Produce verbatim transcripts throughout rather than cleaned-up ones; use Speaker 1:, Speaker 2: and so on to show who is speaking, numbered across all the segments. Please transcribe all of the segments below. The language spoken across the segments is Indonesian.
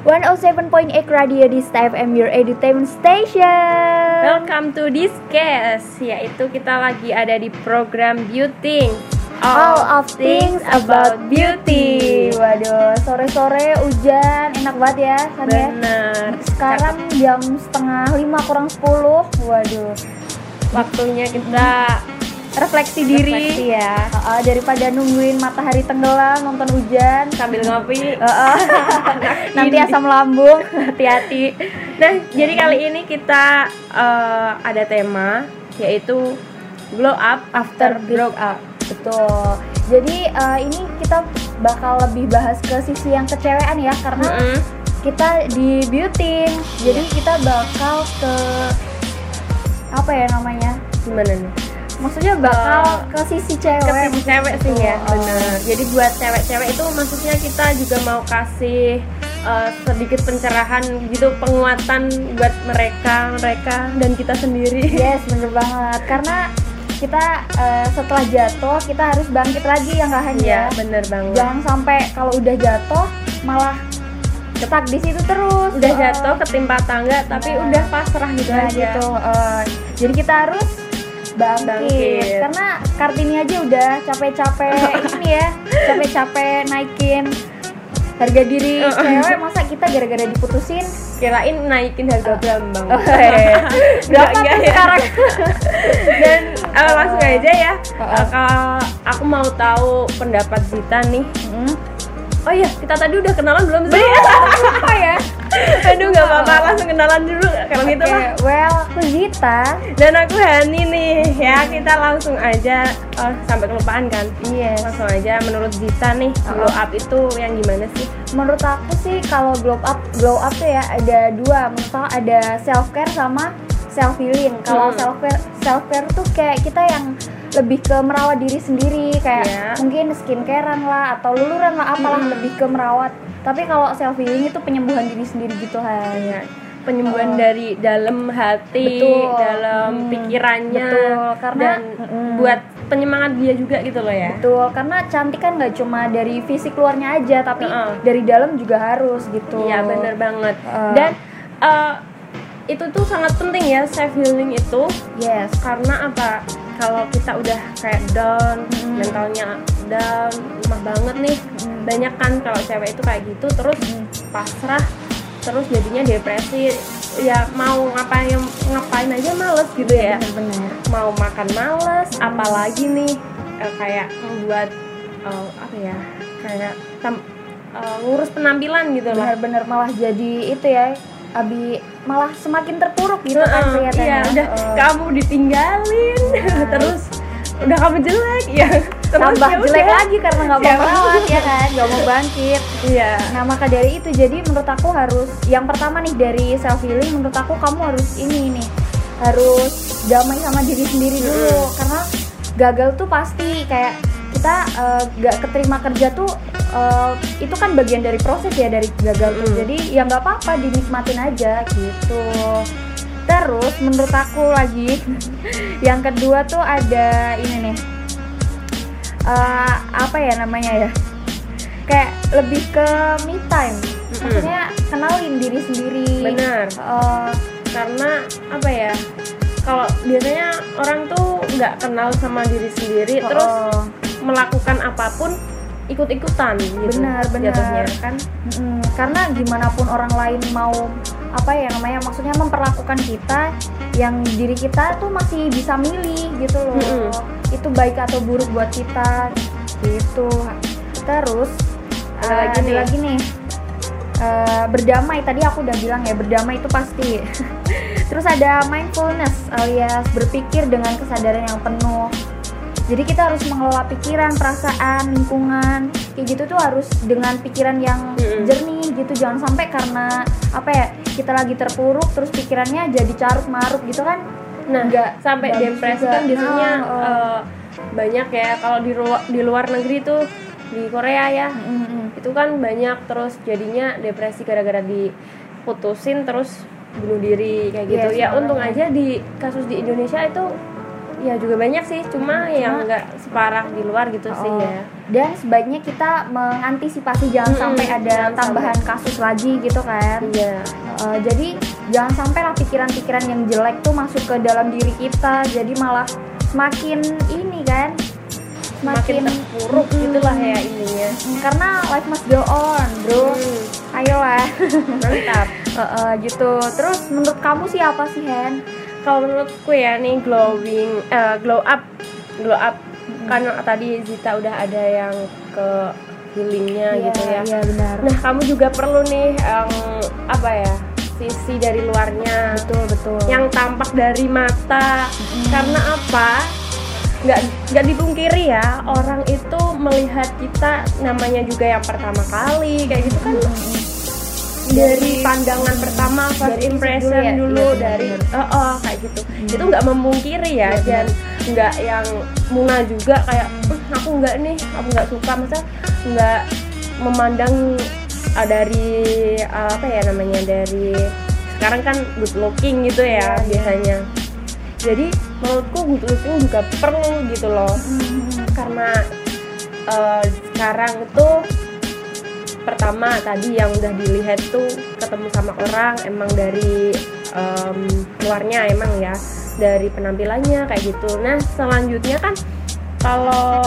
Speaker 1: seratus tujuh koma delapan Radio Dista F M, your entertainment station.
Speaker 2: Welcome to this cast, yaitu kita lagi ada di program Beauty.
Speaker 1: All of things about beauty. Waduh, sore-sore hujan, enak banget ya kan ya.
Speaker 2: Bener.
Speaker 1: Sekarang jam setengah lima kurang sepuluh. Waduh,
Speaker 2: waktunya kita
Speaker 1: refleksi diri.
Speaker 2: Refleksi ya.
Speaker 1: Uh, daripada nungguin matahari tenggelam nonton hujan
Speaker 2: sambil ngopi.
Speaker 1: Uh, uh. Nanti asam lambung, hati-hati.
Speaker 2: Nah, jadi kali ini kita uh, ada tema yaitu glow up after broke up.
Speaker 1: Betul. Jadi uh, ini kita bakal lebih bahas ke sisi yang kecewean ya, karena mm-hmm. kita di beauty. Jadi yeah. kita bakal ke apa ya namanya?
Speaker 2: Gimana nih?
Speaker 1: Maksudnya bakal uh, ke sisi cewek.
Speaker 2: Ke sisi cewek sih ya,
Speaker 1: oh.
Speaker 2: bener. Jadi buat cewek-cewek itu maksudnya kita juga mau kasih uh, sedikit pencerahan gitu, penguatan buat mereka, mereka dan kita sendiri.
Speaker 1: Yes, bener banget. Karena kita uh, setelah jatuh kita harus bangkit lagi ya nggak hanya.
Speaker 2: Iya, bener banget.
Speaker 1: Jangan sampai kalau udah jatuh malah stuck di situ terus.
Speaker 2: Udah
Speaker 1: uh,
Speaker 2: jatuh ketimpa tangga tapi
Speaker 1: nah,
Speaker 2: udah pasrah gitu
Speaker 1: nah,
Speaker 2: aja.
Speaker 1: Gitu. Uh, jadi kita harus bangkit. bangkit. Karena Kartini aja udah capek-capek ini ya, capek-capek naikin harga diri cewek, masa kita gara-gara diputusin
Speaker 2: kirain naikin harga Brambang.
Speaker 1: Oh, iya. Berapa tuh
Speaker 2: ya.
Speaker 1: sekarang?
Speaker 2: Dan uh, langsung aja ya.
Speaker 1: Uh,
Speaker 2: uh, kalau aku mau tahu pendapat Zita nih.
Speaker 1: Hmm?
Speaker 2: Oh iya, kita tadi udah kenalan belum sih?
Speaker 1: Apa ya?
Speaker 2: Aduh, nggak apa-apa, langsung kenalan dulu kalau okay. gitu lah.
Speaker 1: Well, aku Zita
Speaker 2: dan aku Hani nih. Ya, kita langsung aja oh, sampai kelupaan kan?
Speaker 1: Iya. Yes.
Speaker 2: Langsung aja, menurut Zita nih, uh-huh. glow up itu yang gimana sih?
Speaker 1: Menurut aku sih kalau glow up, glow up tuh ya ada dua. Menurut aku ada self care sama self healing. Kalau hmm. self care, self care tuh kayak kita yang lebih ke merawat diri sendiri, kayak yeah. mungkin skincarean lah atau luluran lah, apalah hmm. lebih ke merawat. Tapi kalau self healing itu penyembuhan diri sendiri gitu kan.
Speaker 2: Ya. Penyembuhan oh. dari dalam hati,
Speaker 1: betul.
Speaker 2: dalam hmm. pikirannya,
Speaker 1: betul. Karena
Speaker 2: dan hmm. buat penyemangat dia juga gitu loh ya.
Speaker 1: Betul, karena cantik kan nggak cuma dari fisik luarnya aja, tapi
Speaker 2: uh-uh.
Speaker 1: dari dalam juga harus gitu.
Speaker 2: Iya, bener banget.
Speaker 1: Uh.
Speaker 2: Dan uh, itu tuh sangat penting ya, self healing itu.
Speaker 1: Yes.
Speaker 2: Karena apa? Kalau kita udah kayak down, hmm. mentalnya down, lemah banget nih, hmm. banyak kan kalau cewek itu kayak gitu, terus hmm. pasrah, terus jadinya depresi, ya mau ngapain ngapain aja males gitu ya.
Speaker 1: Benar-benar.
Speaker 2: Mau makan males, hmm. apalagi nih eh, kayak membuat uh, apa ya, kayak tam, uh, ngurus penampilan gitu loh.
Speaker 1: Benar-benar malah jadi itu ya. Abi malah semakin terpuruk gitu uh, kan kelihatannya.
Speaker 2: Iya, udah uh. kamu ditinggalin, uh. terus udah kamu jelek ya. Terus
Speaker 1: tambah
Speaker 2: ya
Speaker 1: jelek
Speaker 2: udah.
Speaker 1: lagi karena nggak mau merawat ya kan, nggak mau bangkit.
Speaker 2: Iya.
Speaker 1: Nah maka dari itu jadi menurut aku harus yang pertama nih dari self healing, menurut aku kamu harus ini nih harus damai sama diri sendiri dulu, hmm. karena gagal tuh pasti kayak kita uh, gak keterima kerja tuh uh, itu kan bagian dari proses ya dari gagal tuh. Mm. Jadi ya nggak apa-apa, dinikmatin aja gitu. Terus menurut aku lagi yang kedua tuh ada ini nih uh, apa ya namanya ya, kayak lebih ke me time. Mm-hmm. Maksudnya kenalin diri sendiri.
Speaker 2: Benar. Uh, karena apa ya, kalau biasanya orang tuh nggak kenal sama diri sendiri, oh. terus melakukan apapun ikut-ikutan gitu.
Speaker 1: Benar, benar
Speaker 2: kan.
Speaker 1: Mm-hmm. Karena gimana pun orang lain mau apa ya namanya, maksudnya memperlakukan kita, yang diri kita tuh masih bisa milih gitu loh. Mm-hmm. Itu baik atau buruk buat kita gitu. Terus ada uh, lagi nih, lagi nih. Uh, berdamai, tadi aku udah bilang ya, berdamai itu pasti. Terus ada mindfulness alias berpikir dengan kesadaran yang penuh. Jadi kita harus mengelola pikiran, perasaan, lingkungan, kayak gitu tuh harus dengan pikiran yang mm-hmm. jernih gitu. Jangan sampai karena apa ya, kita lagi terpuruk terus pikirannya jadi carut marut gitu kan.
Speaker 2: Nah, nggak sampai depresi kan biasanya nah, oh. uh, banyak ya kalau di luar di luar negeri tuh, di Korea ya, mm-hmm. itu kan banyak terus jadinya depresi gara-gara diputusin terus bunuh diri kayak gitu. Yes, ya untung aja di kasus di Indonesia itu ya juga banyak sih, cuma, cuma yang nggak separah di luar gitu
Speaker 1: oh.
Speaker 2: sih ya.
Speaker 1: Dan sebaiknya kita mengantisipasi jangan hmm, sampai ada jangan tambahan sampai. kasus lagi gitu kan.
Speaker 2: Iya.
Speaker 1: Uh, jadi jangan sampai lah pikiran-pikiran yang jelek tuh masuk ke dalam diri kita, jadi malah semakin ini kan,
Speaker 2: semakin terpuruk hmm, gitulah ya intinya.
Speaker 1: Karena life must go on, bro. Hmm. Ayolah.
Speaker 2: Mantap.
Speaker 1: uh, uh, gitu. Terus menurut kamu sih apa sih, Hen?
Speaker 2: Kalau menurutku ya nih glowing, uh, glow up, glow up. Kan tadi Zita udah ada yang ke healingnya yeah, gitu ya.
Speaker 1: Iya benar.
Speaker 2: Nah kamu juga perlu nih um, apa ya sisi dari luarnya.
Speaker 1: Betul betul.
Speaker 2: Yang tampak dari mata. Mm. Karena apa? Nggak nggak dipungkiri ya orang itu melihat kita namanya juga yang pertama kali kayak gitu kan. Mm. Dari pandangan pertama, first impression dulu, ya? dulu ya, dari oh, oh kayak gitu. Hmm. Itu nggak memungkiri ya, ya dan nggak yang Muna juga kayak hm, aku nggak nih, aku nggak suka, masa nggak memandang uh, dari uh, apa ya namanya dari sekarang kan good looking gitu ya, ya biasanya. Ya. Jadi menurutku good looking juga perlu gitu loh, hmm. karena uh, sekarang itu pertama tadi yang udah dilihat tuh ketemu sama orang emang dari um, luarnya emang ya dari penampilannya kayak gitu. Nah selanjutnya kan kalau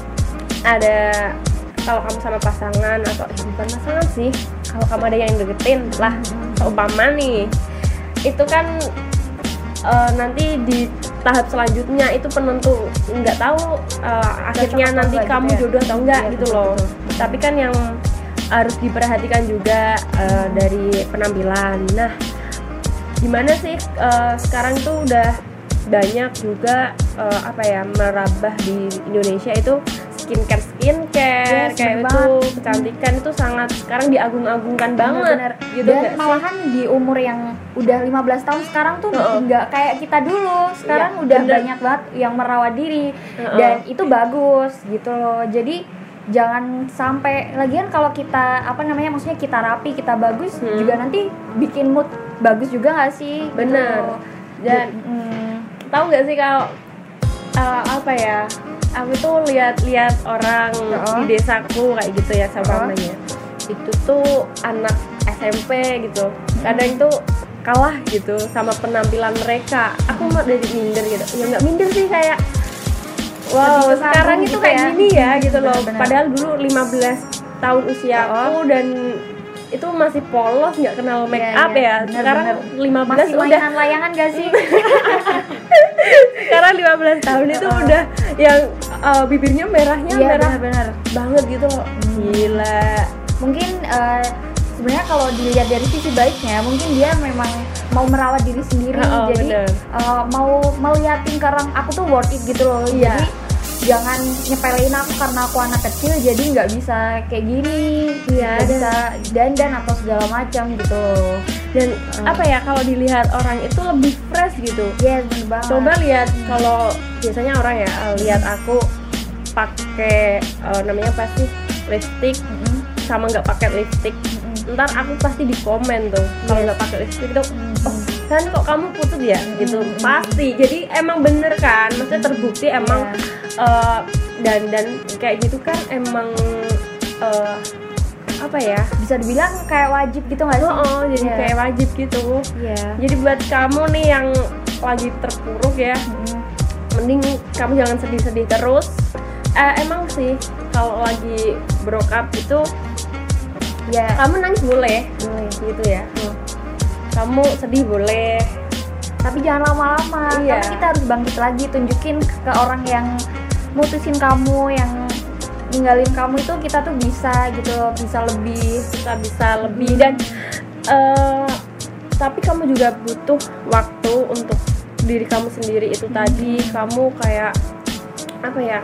Speaker 2: ada kalau kamu sama pasangan atau eh, bukan pasangan sih, kalau kamu ada yang deketin lah seumpama nih itu kan uh, nanti di tahap selanjutnya itu penentu nggak tahu uh, akhirnya nanti kamu gitu ya? Jodoh atau enggak ya, gitu betul, loh betul. Tapi kan yang harus diperhatikan juga uh, dari penampilan. Nah, gimana sih uh, sekarang tuh udah banyak juga uh, apa ya merambah di Indonesia itu skincare skincare yes, kayak itu kecantikan itu sangat sekarang diagung-agungkan banget.
Speaker 1: Bener. Gitu dan malahan sih? Di umur yang udah lima belas tahun sekarang tuh nggak uh-uh. kayak kita dulu. Sekarang ya, udah bener. Banyak banget yang merawat diri uh-uh. dan itu bagus gitu loh. Jadi jangan sampai lagian kalau kita apa namanya maksudnya kita rapi kita bagus hmm. juga nanti bikin mood bagus juga nggak sih?
Speaker 2: Bener.
Speaker 1: Gitu.
Speaker 2: Dan hmm, tahu nggak sih kalau uh, apa ya aku tuh lihat-lihat orang oh. di desaku kayak gitu ya sama mamanya oh. itu tuh anak S M P gitu kadang tuh kalah gitu sama penampilan mereka. Aku mah dari minder gitu ya nggak minder sih kayak wow, sekarang itu kayak ya. Gini ya gitu loh. Bener-bener. Padahal dulu lima belas tahun usiaku oh. dan itu masih polos, nggak kenal make up yeah, yeah. ya. Bener, sekarang bener. lima belas
Speaker 1: masih
Speaker 2: udah
Speaker 1: layangan gak sih?
Speaker 2: Sekarang lima belas tahun itu oh. udah yang uh, bibirnya merahnya yeah, merah bener-bener. Banget gitu loh. Gila.
Speaker 1: Mungkin uh, sebenarnya kalau dilihat dari sisi baiknya, mungkin dia memang mau merawat diri sendiri, oh, jadi uh, mau melihatin ke orang aku tuh worth it gitu loh. Yeah. Jadi jangan nyepelein aku karena aku anak kecil jadi nggak bisa kayak gini,
Speaker 2: ya,
Speaker 1: nggak bisa dandan atau segala macam gitu.
Speaker 2: Dan uh. apa ya kalau dilihat orang itu lebih fresh gitu.
Speaker 1: Yes, bener banget.
Speaker 2: Coba lihat kalau biasanya orang ya lihat aku pakai uh, namanya pasti lipstick mm-hmm. sama nggak pakai lipstick. Mm-hmm. Ntar aku pasti di komen tuh kalau nggak yes. pakai lipstick itu oh kan kok kamu putus ya gitu mm-hmm. pasti. Jadi emang bener kan, maksudnya terbukti emang yeah. uh, dan dan kayak gitu kan emang uh, apa ya
Speaker 1: bisa dibilang kayak wajib gitu nggak sih?
Speaker 2: Oh, oh jadi yeah. kayak wajib gitu.
Speaker 1: Yeah.
Speaker 2: Jadi buat kamu nih yang lagi terpuruk ya, mm-hmm. mending kamu jangan sedih-sedih terus. Uh, emang sih kalau lagi broke up itu ya kamu nangis boleh, boleh gitu ya. Hmm. Kamu sedih boleh,
Speaker 1: tapi jangan lama-lama.
Speaker 2: Iya.
Speaker 1: Karena kita harus bangkit lagi, tunjukin ke orang yang mutusin kamu, yang ninggalin kamu itu kita tuh bisa gitu, bisa lebih,
Speaker 2: kita bisa lebih dan uh, tapi kamu juga butuh waktu untuk diri kamu sendiri itu hmm. tadi. Kamu kayak apa ya?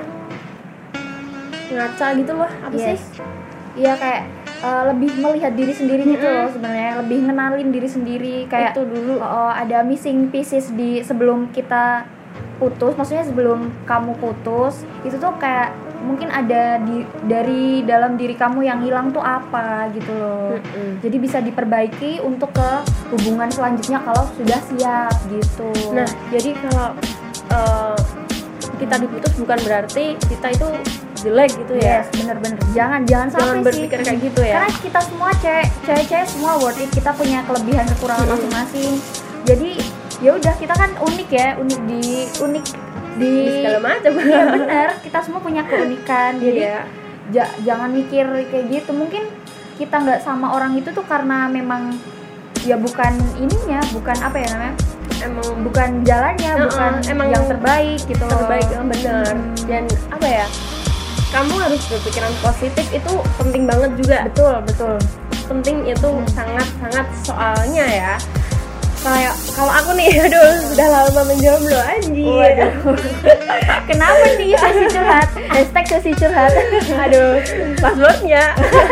Speaker 2: Ngaca gitu loh, apa yes. sih?
Speaker 1: Iya kayak uh, lebih melihat diri sendiri mm-hmm. gitu loh sebenarnya, lebih ngenalin diri sendiri kayak
Speaker 2: itu dulu
Speaker 1: uh, ada missing pieces di sebelum kita putus, maksudnya sebelum kamu putus itu tuh kayak mungkin ada di dari dalam diri kamu yang hilang tuh apa gitu loh. Mm-hmm. Jadi bisa diperbaiki untuk ke hubungan selanjutnya kalau sudah siap gitu.
Speaker 2: Nah, jadi kalau uh, kita diputus bukan berarti kita itu jelek gitu ya.
Speaker 1: Yes, bener-bener. Jangan jangan sampai
Speaker 2: Jangan berpikir
Speaker 1: sih.
Speaker 2: kayak gitu ya.
Speaker 1: Karena kita semua cewek, cewek-cewek semua worth it. Kita punya kelebihan kekurangan
Speaker 2: Mm-mm.
Speaker 1: masing-masing. Jadi ya udah kita kan unik ya, unik di unik di,
Speaker 2: Di segala macam.
Speaker 1: Iya bener. Kita semua punya keunikan. Jadi
Speaker 2: Iya.
Speaker 1: ja- jangan mikir kayak gitu. Mungkin kita nggak sama orang itu tuh karena memang ya bukan ininya, bukan apa ya namanya?
Speaker 2: Emang
Speaker 1: Bukan jalannya,
Speaker 2: Uh-uh,
Speaker 1: bukan
Speaker 2: emang
Speaker 1: yang terbaik gitu loh.
Speaker 2: terbaik yang benar.
Speaker 1: Hmm.
Speaker 2: Dan apa ya? Kamu harus berpikiran positif, itu penting banget juga.
Speaker 1: Betul, betul.
Speaker 2: Penting itu
Speaker 1: Hmm.
Speaker 2: sangat-sangat, soalnya ya. Kayak kalau aku nih, aduh sudah lama menjomblo anjir.
Speaker 1: Waduh. Kenapa nih sesi curhat? Hashtag sesi curhat.
Speaker 2: Aduh, passwordnya.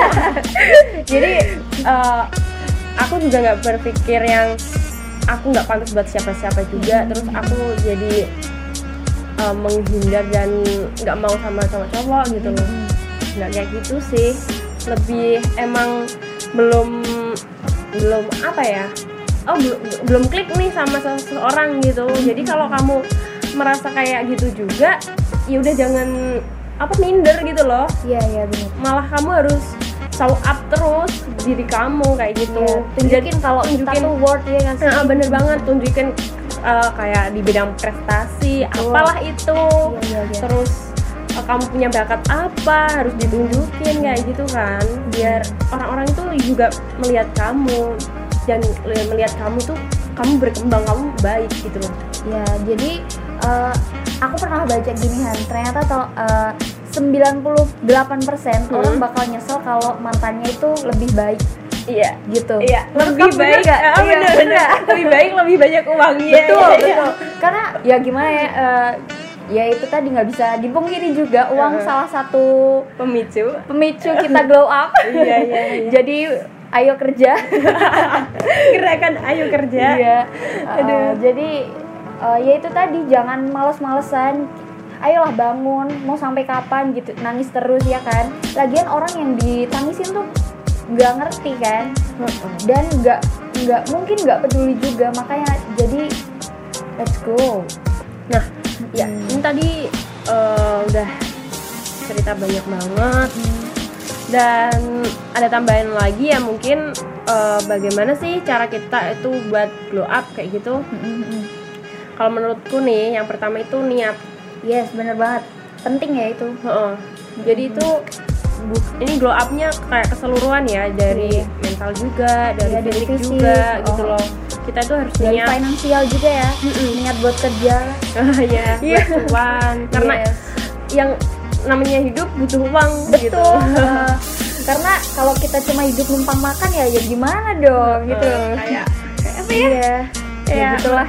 Speaker 2: Jadi eh, aku juga nggak berpikir yang aku nggak pantas buat siapa-siapa juga. Terus aku jadi eh, menghindar dan nggak mau sama cowok-cowok gitu loh. Nggak kayak gitu sih. Lebih emang belum belum apa ya? Oh belum belum klik nih sama seseorang gitu. Jadi kalau kamu merasa kayak gitu juga, ya udah jangan apa minder gitu loh.
Speaker 1: Iya, iya benar.
Speaker 2: Malah kamu harus show up terus diri kamu kayak gitu.
Speaker 1: Iya, tunjukin kalau kita
Speaker 2: tunjukin-
Speaker 1: tuh worth ya kan sih.
Speaker 2: Nah, bener banget, tunjukin uh, kayak di bidang prestasi,
Speaker 1: Betul.
Speaker 2: apalah itu.
Speaker 1: Iya, iya, iya.
Speaker 2: Terus uh, kamu punya bakat apa, harus ditunjukin kayak gitu kan. Biar orang-orang itu juga melihat kamu dan li- melihat kamu tuh kamu berkembang, kamu baik gitu loh.
Speaker 1: Ya, jadi eh, aku pernah baca gini Han, ternyata to, eh, sembilan puluh delapan persen
Speaker 2: Hmm.
Speaker 1: orang bakal nyesel kalau mantannya itu lebih baik
Speaker 2: Iya.
Speaker 1: gitu.
Speaker 2: Iya,
Speaker 1: Menurut
Speaker 2: lebih
Speaker 1: kamu bener
Speaker 2: baik.
Speaker 1: nggak?
Speaker 2: Ah,
Speaker 1: Iya,
Speaker 2: bener,
Speaker 1: bener
Speaker 2: bener.
Speaker 1: nggak?
Speaker 2: Lebih baik, lebih banyak uangnya.
Speaker 1: Betul,
Speaker 2: Iya.
Speaker 1: betul. Karena ya gimana ya, eh, ya itu tadi nggak bisa dipungkiri juga uang
Speaker 2: Heeh.
Speaker 1: salah satu
Speaker 2: Pemicu.
Speaker 1: pemicu kita glow up.
Speaker 2: Iya, iya, iya.
Speaker 1: Jadi ayo kerja.
Speaker 2: Gerakan ayo kerja.
Speaker 1: Iya. Uh,
Speaker 2: Aduh.
Speaker 1: jadi uh, ya itu tadi, jangan males-malesan. Ayolah bangun, mau sampai kapan gitu nangis terus ya kan? Lagian orang yang ditangisin tuh nggak ngerti kan, dan nggak nggak mungkin nggak peduli juga, makanya jadi let's go.
Speaker 2: Nah, ya
Speaker 1: Hmm.
Speaker 2: ini tadi eh, udah cerita banyak banget, dan ada tambahan lagi ya mungkin eh, bagaimana sih cara kita itu buat glow up kayak gitu. Kalau menurutku nih, yang pertama itu niat.
Speaker 1: Yes, bener banget, penting ya itu.
Speaker 2: Heeh. Jadi itu bu- ini glow up-nya kayak keseluruhan ya, dari
Speaker 1: Iya.
Speaker 2: mental juga, dari
Speaker 1: Iya, dari
Speaker 2: fisik
Speaker 1: fisik.
Speaker 2: juga gitu
Speaker 1: Oh.
Speaker 2: loh. Kita itu harus
Speaker 1: Dari
Speaker 2: niat.
Speaker 1: finansial juga ya, niat buat kerja.
Speaker 2: ya,
Speaker 1: Iya.
Speaker 2: buat uang. Karena
Speaker 1: Yes.
Speaker 2: yang namanya hidup butuh uang gitu.
Speaker 1: Betul. Uh, karena kalau kita cuma hidup numpang makan ya ya gimana dong gitu.
Speaker 2: Eh, kayak kayak apa ya?
Speaker 1: Iya. Ya
Speaker 2: Kayak-
Speaker 1: gitulah.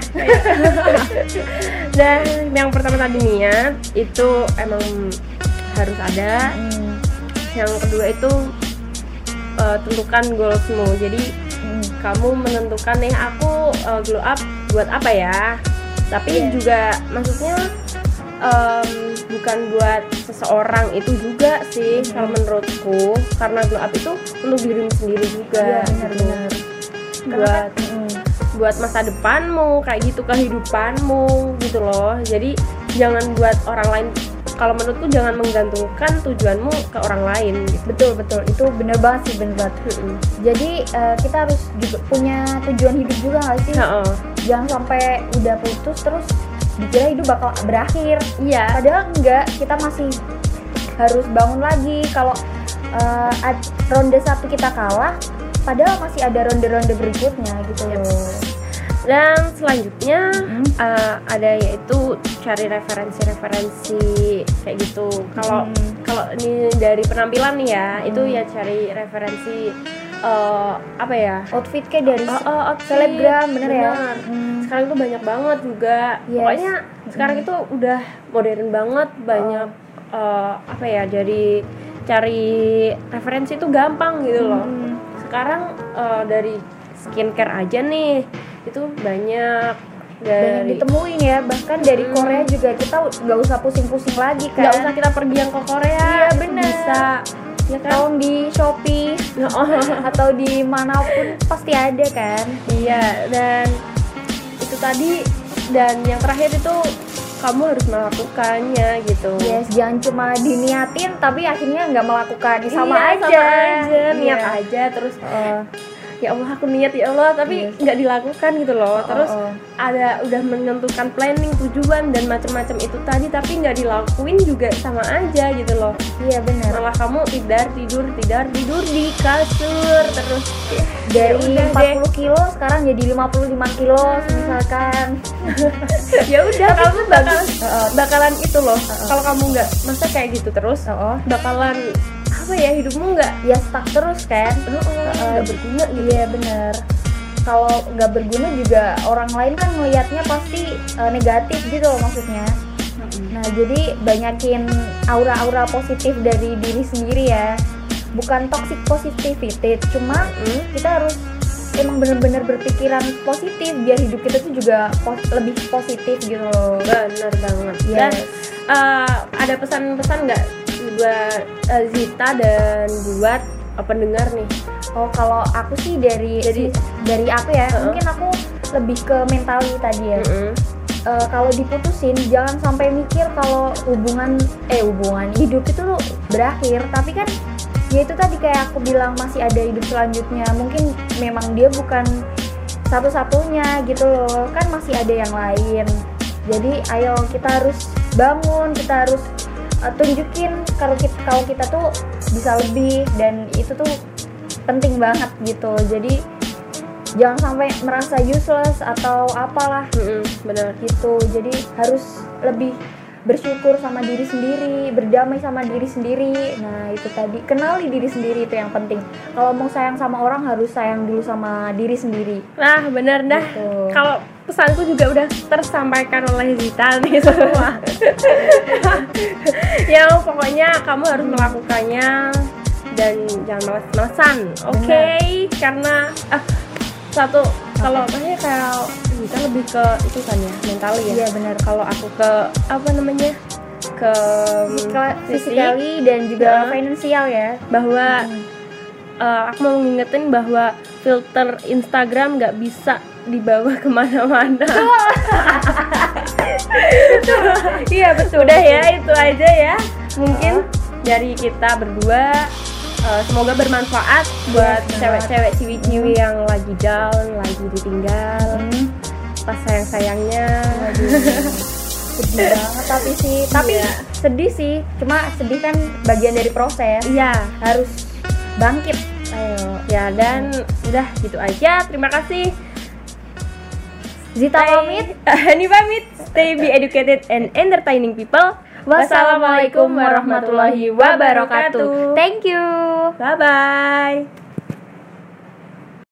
Speaker 2: Dan yang pertama tadi niat itu emang harus ada.
Speaker 1: Hmm.
Speaker 2: Yang kedua itu eh, tentukan goalsmu. Jadi
Speaker 1: Hmm.
Speaker 2: kamu menentukan nih, aku uh, glow up buat apa ya, tapi
Speaker 1: Iya.
Speaker 2: juga maksudnya um, bukan buat seseorang itu juga sih.
Speaker 1: Hmm.
Speaker 2: Kalau menurutku, karena glow up itu untuk dirimu sendiri juga.
Speaker 1: Iya benar-benar.
Speaker 2: buat
Speaker 1: Hmm.
Speaker 2: buat masa depanmu kayak gitu, kehidupanmu gitu loh. Jadi jangan buat orang lain. Kalau menurutku jangan menggantungkan tujuanmu ke orang lain gitu.
Speaker 1: Betul betul, itu bener banget sih, bener banget.
Speaker 2: Mm-mm.
Speaker 1: Jadi eh, kita harus juga punya tujuan hidup juga nggak sih?
Speaker 2: Heeh.
Speaker 1: Jangan sampai udah putus terus dikira hidup bakal berakhir.
Speaker 2: Iya.
Speaker 1: Padahal enggak, kita masih harus bangun lagi. Kalau eh, ad- ronde satu kita kalah, padahal masih ada ronde-ronde berikutnya gitu loh.
Speaker 2: Dan selanjutnya
Speaker 1: Mm.
Speaker 2: uh, ada yaitu cari referensi-referensi kayak gitu. Kalau
Speaker 1: Hmm.
Speaker 2: kalau ini dari penampilan nih ya,
Speaker 1: Hmm.
Speaker 2: itu ya cari referensi uh, apa ya?
Speaker 1: Outfit kayak dari
Speaker 2: Oh, oh, outfit.
Speaker 1: selebgram, bener, ya?
Speaker 2: Bener.
Speaker 1: Hmm.
Speaker 2: Sekarang itu banyak banget juga.
Speaker 1: Yes.
Speaker 2: Pokoknya sekarang itu udah modern banget, banyak uh, apa ya? Jadi cari referensi itu gampang gitu loh.
Speaker 1: Hmm.
Speaker 2: Sekarang uh, dari skincare aja nih itu banyak
Speaker 1: Banyak
Speaker 2: dari
Speaker 1: ditemuin ya, bahkan dari
Speaker 2: Hmm.
Speaker 1: Korea juga kita nggak usah pusing-pusing lagi kan.
Speaker 2: nggak usah kita pergi yang ke Korea.
Speaker 1: Iya,
Speaker 2: itu
Speaker 1: bener.
Speaker 2: bisa ya kan.
Speaker 1: Tolong di Shopee
Speaker 2: Oh,
Speaker 1: atau di manapun pasti ada kan.
Speaker 2: iya, dan itu tadi, dan yang terakhir itu kamu harus melakukannya gitu.
Speaker 1: Yes, jangan cuma diniatin tapi akhirnya nggak melakukan. Sama
Speaker 2: iya,
Speaker 1: aja.
Speaker 2: Sama aja, niat
Speaker 1: Iya.
Speaker 2: aja terus.
Speaker 1: Uh,
Speaker 2: Ya Allah aku niat ya Allah tapi
Speaker 1: Yes.
Speaker 2: nggak dilakukan gitu loh. Terus
Speaker 1: oh, oh.
Speaker 2: ada udah menentukan planning tujuan dan macam-macam itu tadi tapi nggak dilakuin juga sama aja gitu loh.
Speaker 1: Iya benar.
Speaker 2: Malah kamu tidur tidur tidur tidur di kasur terus
Speaker 1: Dari
Speaker 2: ya udah
Speaker 1: empat
Speaker 2: deh.
Speaker 1: puluh kilo sekarang jadi lima puluh lima kilo misalkan.
Speaker 2: Ya udah kamu bakal
Speaker 1: Uh,
Speaker 2: bakalan itu loh.
Speaker 1: Uh-uh.
Speaker 2: Kalau kamu nggak masa kayak gitu terus
Speaker 1: oh, oh.
Speaker 2: bakalan apa ya hidupmu nggak
Speaker 1: Ya stuck terus kan.
Speaker 2: nggak berguna gitu.
Speaker 1: Iya benar. Kalau nggak berguna juga orang lain kan ngelihatnya pasti uh, negatif gitu loh maksudnya. Nah jadi banyakin aura-aura positif dari diri sendiri ya. Bukan toxic positivity, cuma
Speaker 2: Hmm.
Speaker 1: kita harus emang bener-bener berpikiran positif biar hidup kita tuh juga pos- lebih positif gitu loh.
Speaker 2: Bener banget.
Speaker 1: Yes.
Speaker 2: Dan uh, ada pesan-pesan nggak buat uh, Zita dan buat uh, pendengar nih?
Speaker 1: Oh kalau aku sih dari
Speaker 2: Jadi-
Speaker 1: dari aku ya,
Speaker 2: Uh-uh.
Speaker 1: mungkin aku lebih ke mentali tadi ya.
Speaker 2: Mm-mm.
Speaker 1: Eh, kalau diputusin jangan sampai mikir kalau hubungan eh hubungan hidup itu tuh berakhir, tapi kan ya itu tadi kayak aku bilang masih ada hidup selanjutnya. Mungkin memang dia bukan satu-satunya gitu loh, kan masih ada yang lain. Jadi ayo kita harus bangun, kita harus uh, tunjukin kalau kita kalau kita tuh bisa lebih dan itu tuh penting banget gitu. Jadi jangan sampai merasa useless atau apalah
Speaker 2: Mm-mm, bener.
Speaker 1: gitu. Jadi harus lebih bersyukur sama diri sendiri, berdamai sama diri sendiri. Nah itu tadi, kenali diri sendiri itu yang penting. Kalau mau sayang sama orang harus sayang dulu sama diri sendiri.
Speaker 2: Nah bener dah.
Speaker 1: Gitu.
Speaker 2: Kalau pesanku juga udah tersampaikan oleh Zita nih semua. Ya pokoknya kamu harus melakukannya dan jangan malas-malasan, oke? Okay? Karena ah, satu kalau makanya kalau Zita lebih ke itu kan ya mental ya.
Speaker 1: Iya benar.
Speaker 2: Kalau aku ke apa namanya ke
Speaker 1: Physically dan juga
Speaker 2: Ya.
Speaker 1: finansial ya.
Speaker 2: bahwa
Speaker 1: Hmm.
Speaker 2: uh, aku mau ngingetin bahwa filter Instagram nggak bisa dibawa kemana-mana.
Speaker 1: Iya betul.
Speaker 2: Udah ya itu aja ya. Mungkin dari kita berdua. Uh, semoga bermanfaat buat
Speaker 1: benar.
Speaker 2: cewek-cewek ciwi-ciwi yang lagi down, lagi ditinggal,
Speaker 1: Hmm.
Speaker 2: pas sayang-sayangnya.
Speaker 1: Sedih banget tapi sih. Tapi
Speaker 2: Iya.
Speaker 1: sedih sih. Cuma sedih kan bagian dari proses.
Speaker 2: Iya,
Speaker 1: Harus bangkit. Ayo.
Speaker 2: ya dan udah gitu aja. Terima kasih.
Speaker 1: Zita pamit.
Speaker 2: Hani pamit. Stay be educated and entertaining people.
Speaker 1: Wassalamualaikum warahmatullahi wabarakatuh. Thank you.
Speaker 2: Bye bye.